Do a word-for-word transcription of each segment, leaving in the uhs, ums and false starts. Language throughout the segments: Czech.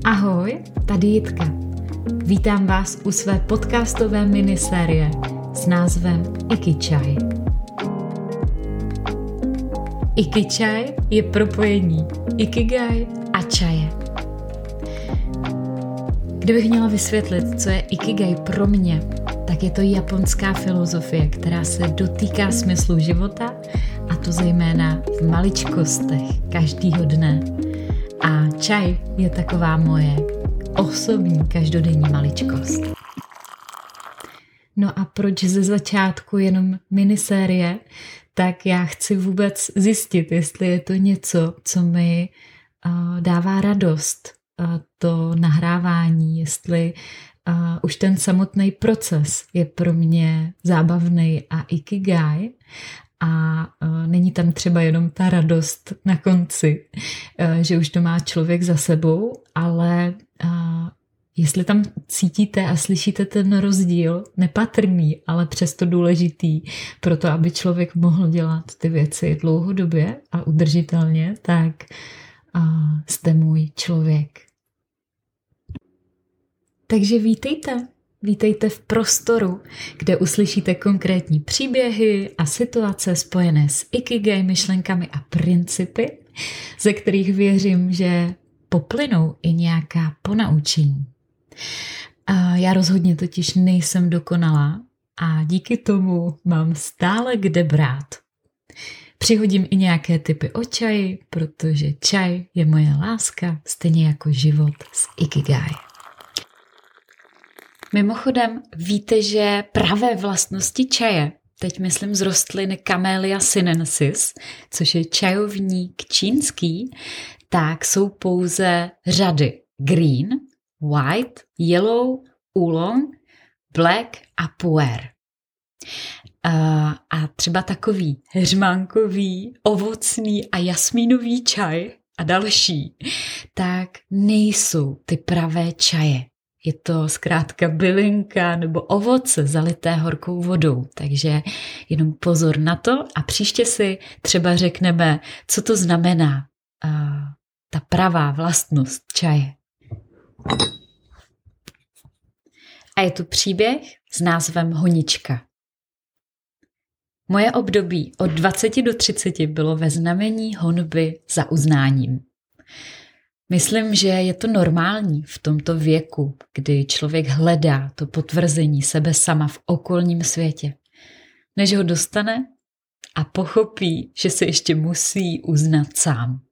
Ahoj, tady Jitka. Vítám vás u své podcastové minisérie s názvem Ikichai. Ikichai je propojení Ikigai a čaje. Kdybych měla vysvětlit, co je Ikigai pro mě, tak je to japonská filozofie, která se dotýká smyslu života, a to zejména v maličkostech každýho dne. A čaj je taková moje osobní každodenní maličkost. No a proč ze začátku jenom minisérie? Tak já chci vůbec zjistit, jestli je to něco, co mi uh, dává radost, uh, to nahrávání, jestli uh, už ten samotný proces je pro mě zábavný a ikigai. A uh, není tam třeba jenom ta radost na konci, uh, že už to má člověk za sebou, ale uh, jestli tam cítíte a slyšíte ten rozdíl, nepatrný, ale přesto důležitý pro to, aby člověk mohl dělat ty věci dlouhodobě a udržitelně, tak uh, jste můj člověk. Takže vítejte. Vítejte v prostoru, kde uslyšíte konkrétní příběhy a situace spojené s Ikigai myšlenkami a principy, ze kterých věřím, že poplynou i nějaká ponaučení. A já rozhodně totiž nejsem dokonalá a díky tomu mám stále kde brát. Přihodím i nějaké tipy o čaji, protože čaj je moje láska, stejně jako život s Ikigai. Mimochodem, víte, že pravé vlastnosti čaje, teď myslím z rostliny Camellia sinensis, což je čajovník čínský, tak jsou pouze řady green, white, yellow, oolong, black a puer. A třeba takový hřmánkový, ovocný a jasmínový čaj a další, tak nejsou ty pravé čaje. Je to zkrátka bylinka nebo ovoce zalité horkou vodou, takže jenom pozor na to a příště si třeba řekneme, co to znamená uh, ta pravá vlastnost čaje. A je tu příběh s názvem Honička. Moje období od dvaceti do třiceti bylo ve znamení honby za uznáním. Myslím, že je to normální v tomto věku, kdy člověk hledá to potvrzení sebe sama v okolním světě, než ho dostane a pochopí, že se ještě musí uznat sám.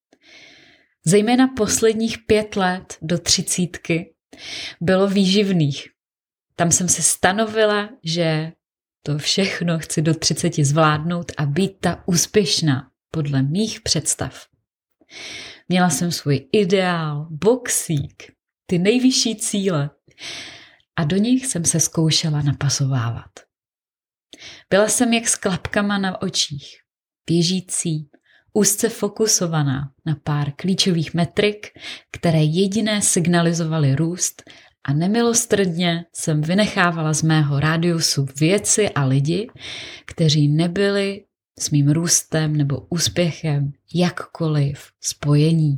Zejména posledních pět let do třicítky bylo výživných. Tam jsem si stanovila, že to všechno chci do třiceti zvládnout a být ta úspěšná podle mých představ. Měla jsem svůj ideál, boxík, ty nejvyšší cíle a do nich jsem se zkoušela napasovávat. Byla jsem jak s klapkama na očích, běžící, úzce fokusovaná na pár klíčových metrik, které jediné signalizovaly růst a nemilostrdně jsem vynechávala z mého rádiusu věci a lidi, kteří nebyli s mým růstem nebo úspěchem jakkoliv spojení.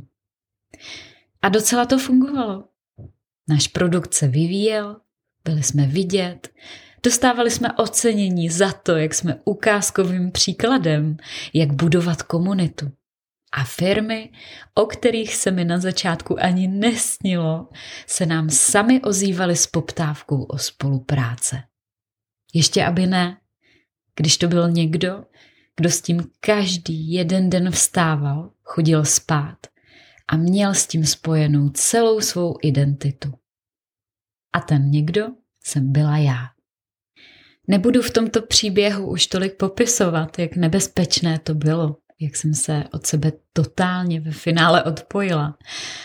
A docela to fungovalo. Náš produkt se vyvíjel, byli jsme vidět, dostávali jsme ocenění za to, jak jsme ukázkovým příkladem, jak budovat komunitu. A firmy, o kterých se mi na začátku ani nesnilo, se nám sami ozývaly s poptávkou o spolupráce. Ještě aby ne, když to byl někdo, kdo s tím každý jeden den vstával, chodil spát a měl s tím spojenou celou svou identitu. A ten někdo jsem byla já. Nebudu v tomto příběhu už tolik popisovat, jak nebezpečné to bylo, jak jsem se od sebe totálně ve finále odpojila.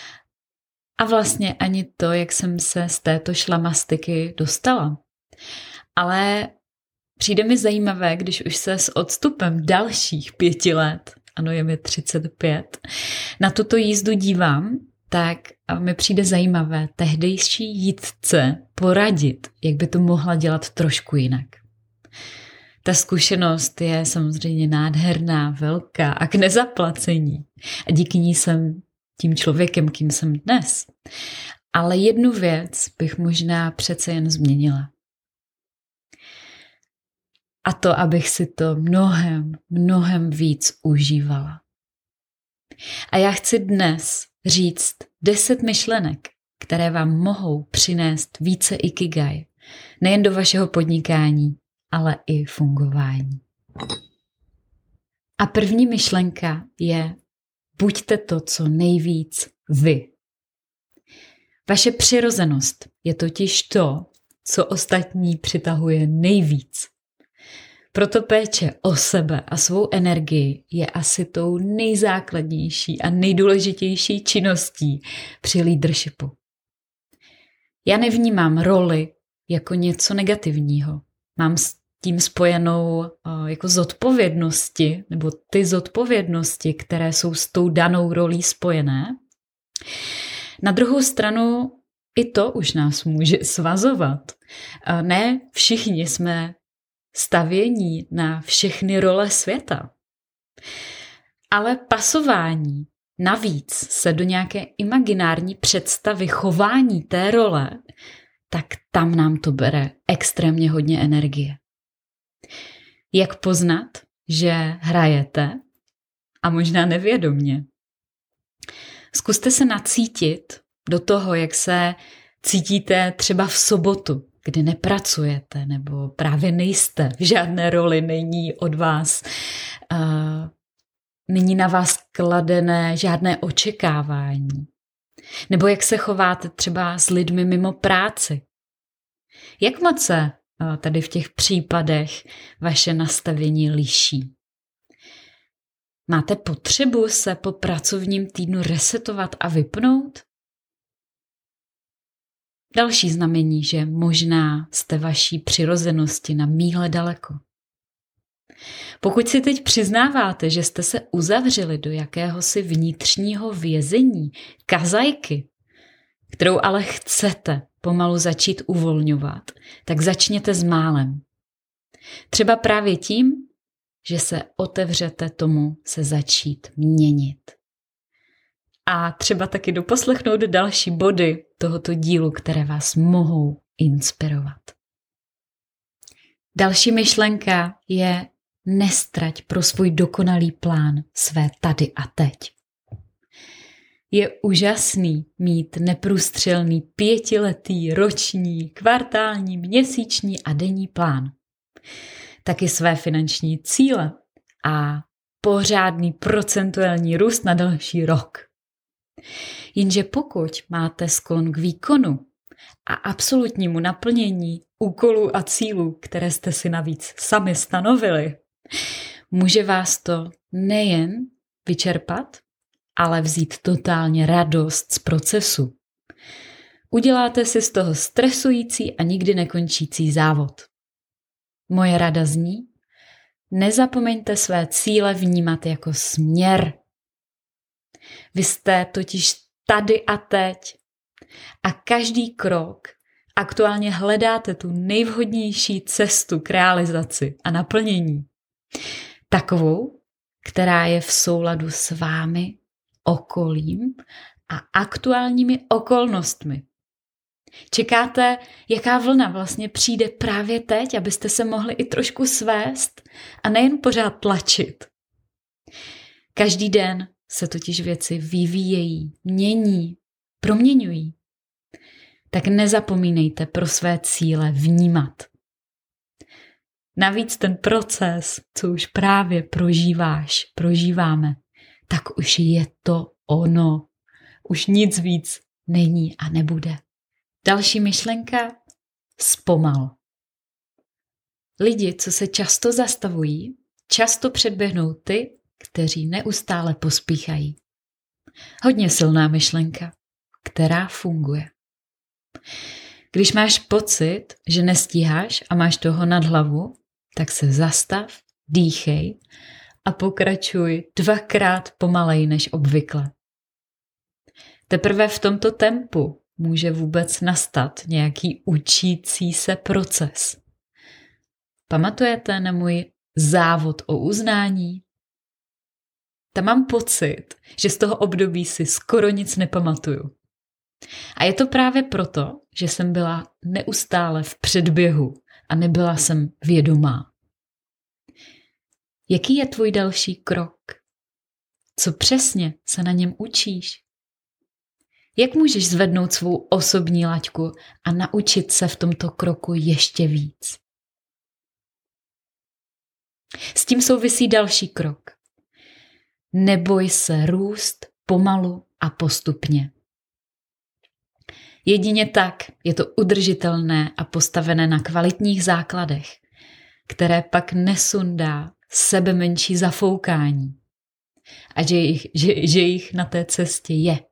A vlastně ani to, jak jsem se z této šlamastiky dostala. Ale přijde mi zajímavé, když už se s odstupem dalších pěti let, ano, je mi třicet pět, na tuto jízdu dívám, tak mi přijde zajímavé tehdejší jídce poradit, jak by to mohla dělat trošku jinak. Ta zkušenost je samozřejmě nádherná, velká a k nezaplacení. A díky ní jsem tím člověkem, kým jsem dnes. Ale jednu věc bych možná přece jen změnila. A to, abych si to mnohem, mnohem víc užívala. A já chci dnes říct deset myšlenek, které vám mohou přinést více ikigai. Nejen do vašeho podnikání, ale i fungování. A první myšlenka je: buďte to, co nejvíc vy. Vaše přirozenost je totiž to, co ostatní přitahuje nejvíc. Proto péče o sebe a svou energii je asi tou nejzákladnější a nejdůležitější činností při leadershipu. Já nevnímám roli jako něco negativního. Mám s tím spojenou uh, jako zodpovědnosti, nebo ty zodpovědnosti, které jsou s tou danou rolí spojené. Na druhou stranu i to už nás může svazovat. Uh, ne všichni jsme stavění na všechny role světa. Ale pasování navíc se do nějaké imaginární představy chování té role, tak tam nám to bere extrémně hodně energie. Jak poznat, že hrajete a možná nevědomně? Zkuste se nacítit do toho, jak se cítíte třeba v sobotu, kdy nepracujete nebo právě nejste v žádné roli, není od vás, uh, není na vás kladené žádné očekávání. Nebo jak se chováte třeba s lidmi mimo práci. Jak moc se uh, tady v těch případech vaše nastavení liší? Máte potřebu se po pracovním týdnu resetovat a vypnout? Další znamení, že možná jste vaší přirozenosti na míle daleko. Pokud si teď přiznáváte, že jste se uzavřeli do jakéhosi vnitřního vězení, kazajky, kterou ale chcete pomalu začít uvolňovat, tak začněte s málem. Třeba právě tím, že se otevřete tomu se začít měnit. A třeba taky doposlechnout další body tohoto dílu, které vás mohou inspirovat. Další myšlenka je: nestrať pro svůj dokonalý plán své tady a teď. Je úžasný mít neprůstřelný pětiletý, roční, kvartální, měsíční a denní plán. Taky své finanční cíle a pořádný procentuální růst na další rok. Jenže pokud máte sklon k výkonu a absolutnímu naplnění úkolů a cílů, které jste si navíc sami stanovili, může vás to nejen vyčerpat, ale vzít totálně radost z procesu. Uděláte si z toho stresující a nikdy nekončící závod. Moje rada zní: nezapomeňte své cíle vnímat jako směr. Vy jste totiž tady a teď a každý krok aktuálně hledáte tu nejvhodnější cestu k realizaci a naplnění. Takovou, která je v souladu s vámi, okolím a aktuálními okolnostmi. Čekáte, jaká vlna vlastně přijde právě teď, abyste se mohli i trošku svést a nejen pořád tlačit. Každý den se totiž věci vyvíjejí, mění, proměňují. Tak nezapomínejte pro své cíle vnímat. Navíc ten proces, co už právě prožíváš, prožíváme, tak už je to ono. Už nic víc není a nebude. Další myšlenka: zpomal. Lidi, co se často zastavují, často předběhnou ty, kteří neustále pospíchají. Hodně silná myšlenka, která funguje. Když máš pocit, že nestíháš a máš toho nad hlavu, tak se zastav, dýchej a pokračuj dvakrát pomaleji než obvykle. Teprve v tomto tempu může vůbec nastat nějaký učící se proces. Pamatujete na můj závod o uznání? tam mám pocit, že z toho období si skoro nic nepamatuju. A je to právě proto, že jsem byla neustále v předběhu a nebyla jsem vědomá. Jaký je tvůj další krok? Co přesně se na něm učíš? Jak můžeš zvednout svou osobní laťku a naučit se v tomto kroku ještě víc? S tím souvisí další krok. Neboj se růst pomalu a postupně. Jedině tak je to udržitelné a postavené na kvalitních základech, které pak nesundá sebe menší zafoukání a že jich, že, že jich na té cestě je.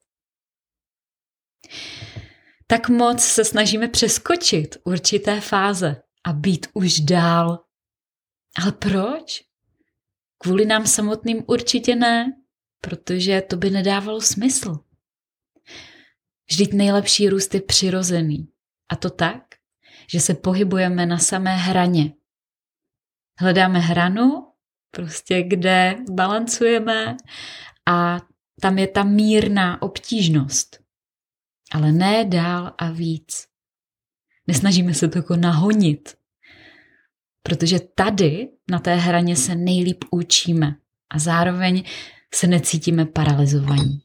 Tak moc se snažíme přeskočit určité fáze a být už dál. Ale proč? Kvůli nám samotným určitě ne, protože to by nedávalo smysl. Vždyť nejlepší růst je přirozený. A to tak, že se pohybujeme na samé hraně. Hledáme hranu, prostě kde balancujeme a tam je ta mírná obtížnost. Ale ne dál a víc. Nesnažíme se to jako nahonit. Protože tady na té hraně se nejlíp učíme a zároveň se necítíme paralizovaní.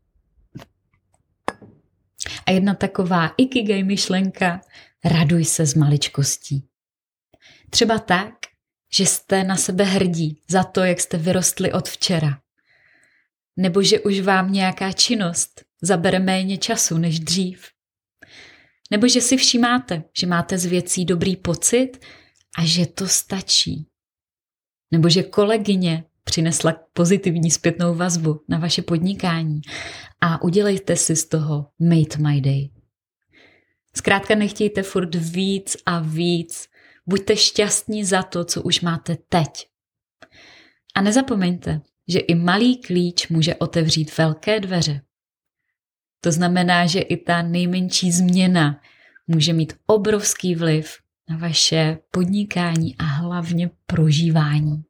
A jedna taková ikigai myšlenka, raduj se z maličkostí. Třeba tak, že jste na sebe hrdí za to, jak jste vyrostli od včera. Nebo že už vám nějaká činnost zabere méně času než dřív. Nebo že si všímáte, že máte z věcí dobrý pocit a že to stačí. Nebo že kolegyně přinesla pozitivní zpětnou vazbu na vaše podnikání a udělejte si z toho made my day. Zkrátka nechtějte furt víc a víc. Buďte šťastní za to, co už máte teď. A nezapomeňte, že i malý klíč může otevřít velké dveře. To znamená, že i ta nejmenší změna může mít obrovský vliv na vaše podnikání a hlavně prožívání.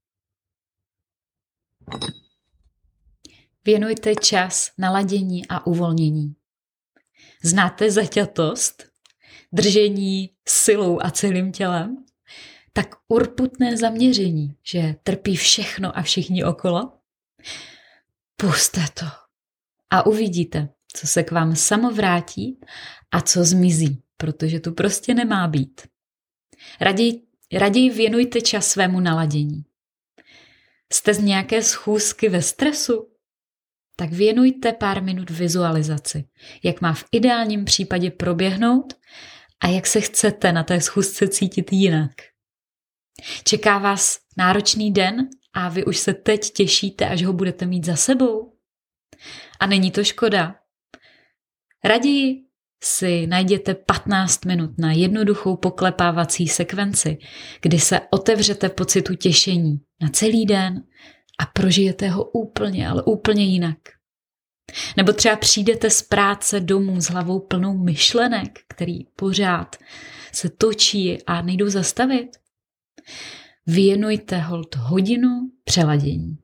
Věnujte čas naladění a uvolnění. Znáte zaťatost, držení silou a celým tělem? Tak urputné zaměření, že trpí všechno a všichni okolo? Pusťte to a uvidíte, co se k vám samo vrátí a co zmizí, protože tu prostě nemá být. Raději, raději věnujte čas svému naladění. Jste z nějaké schůzky ve stresu? Tak věnujte pár minut vizualizaci, jak má v ideálním případě proběhnout a jak se chcete na té schůzce cítit jinak. Čeká vás náročný den a vy už se teď těšíte, až ho budete mít za sebou? A není to škoda. Raději si najděte patnáct minut na jednoduchou poklepávací sekvenci, kdy se otevřete pocitu těšení na celý den a prožijete ho úplně, ale úplně jinak. Nebo třeba přijdete z práce domů s hlavou plnou myšlenek, který pořád se točí a nejdou zastavit. Věnujte holt hodinu přeladění.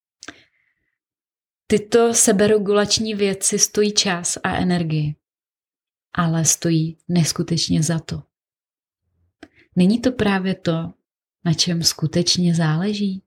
Tyto seberegulační věci stojí čas a energii, ale stojí neskutečně za to. Není to právě to, na čem skutečně záleží?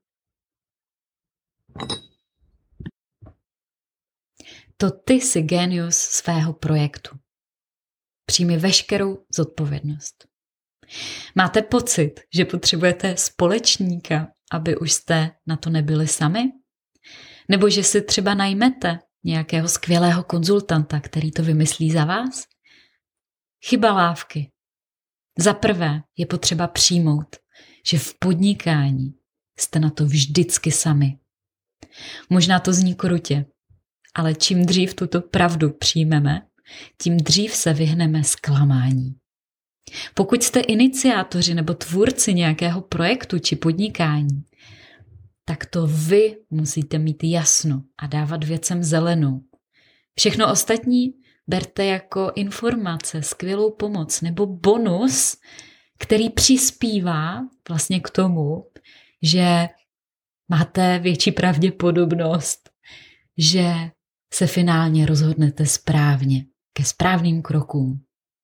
To ty jsi génius svého projektu. Přijmi veškerou zodpovědnost. Máte pocit, že potřebujete společníka, aby už jste na to nebyli sami? Nebo že si třeba najmete nějakého skvělého konzultanta, který to vymyslí za vás? Chyba lávky. Za prvé je potřeba přijmout, že v podnikání jste na to vždycky sami. Možná to zní krutě, ale čím dřív tuto pravdu přijmeme, tím dřív se vyhneme zklamání. Pokud jste iniciátoři nebo tvůrci nějakého projektu či podnikání, tak to vy musíte mít jasno a dávat věcem zelenou. Všechno ostatní berte jako informace, skvělou pomoc nebo bonus, který přispívá vlastně k tomu, že máte větší pravděpodobnost, že se finálně rozhodnete správně, ke správným krokům.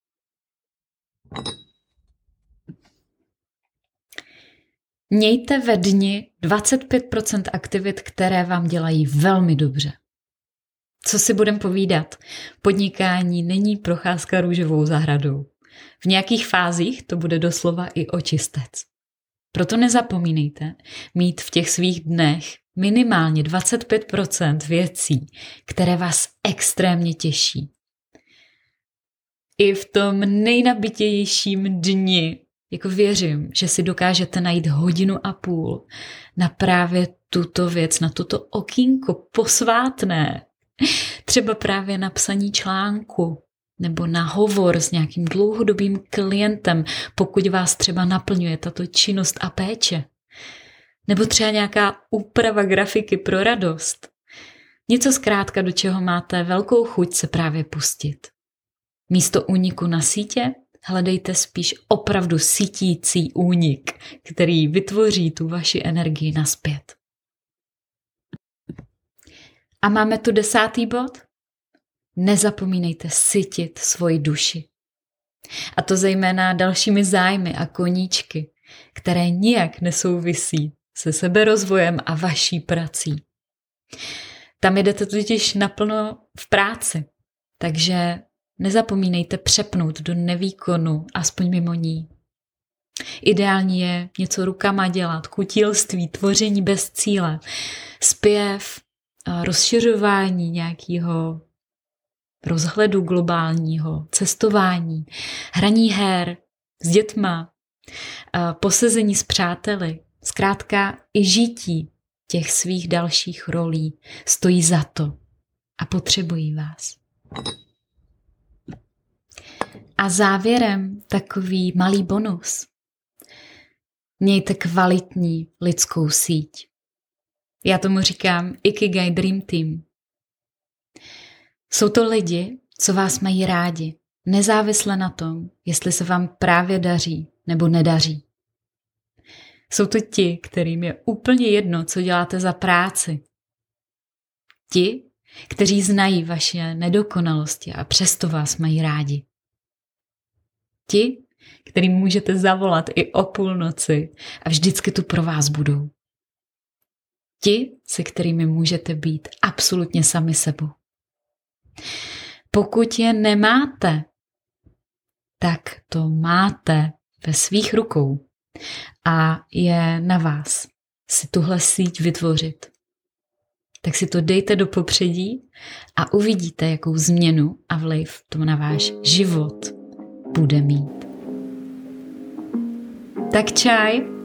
Mějte ve dni dvacet pět procent aktivit, které vám dělají velmi dobře. Co si budem povídat? Podnikání není procházka růžovou zahradou. V nějakých fázích to bude doslova i očistec. Proto nezapomínejte mít v těch svých dnech minimálně dvacet pět procent věcí, které vás extrémně těší. I v tom nejnabitějším dni, jako věřím, že si dokážete najít hodinu a půl na právě tuto věc, na toto okýnko posvátné. Třeba právě na psaní článku nebo na hovor s nějakým dlouhodobým klientem, pokud vás třeba naplňuje tato činnost a péče. Nebo třeba nějaká úprava grafiky pro radost. Něco zkrátka, do čeho máte velkou chuť se právě pustit. Místo úniku na sítě hledejte spíš opravdu sítící únik, který vytvoří tu vaši energii nazpět. A máme tu desátý bod. Nezapomínejte sytit svoji duši. A to zejména dalšími zájmy a koníčky, které nijak nesouvisí se seberozvojem a vaší prací. Tam jdete totiž naplno v práci, takže nezapomínejte přepnout do nevýkonu, aspoň mimo ní. Ideální je něco rukama dělat, kutilství, tvoření bez cíle, zpěv, rozšiřování nějakého rozhledu globálního, cestování, hraní her s dětma, posezení s přáteli, zkrátka i žití těch svých dalších rolí stojí za to a potřebují vás. A závěrem takový malý bonus. Mějte kvalitní lidskou síť. Já tomu říkám Ikigai Dream Team. Jsou to lidi, co vás mají rádi, nezávisle na tom, jestli se vám právě daří nebo nedaří. Jsou to ti, kterým je úplně jedno, co děláte za práci. Ti, kteří znají vaše nedokonalosti a přesto vás mají rádi. Ti, kterým můžete zavolat i o půlnoci a vždycky tu pro vás budou. Ti, se kterými můžete být absolutně sami sebou. Pokud je nemáte, tak to máte ve svých rukou a je na vás si tuhle síť vytvořit. Tak si to dejte do popředí a uvidíte, jakou změnu a vliv to na váš život bude mít. Tak čaj.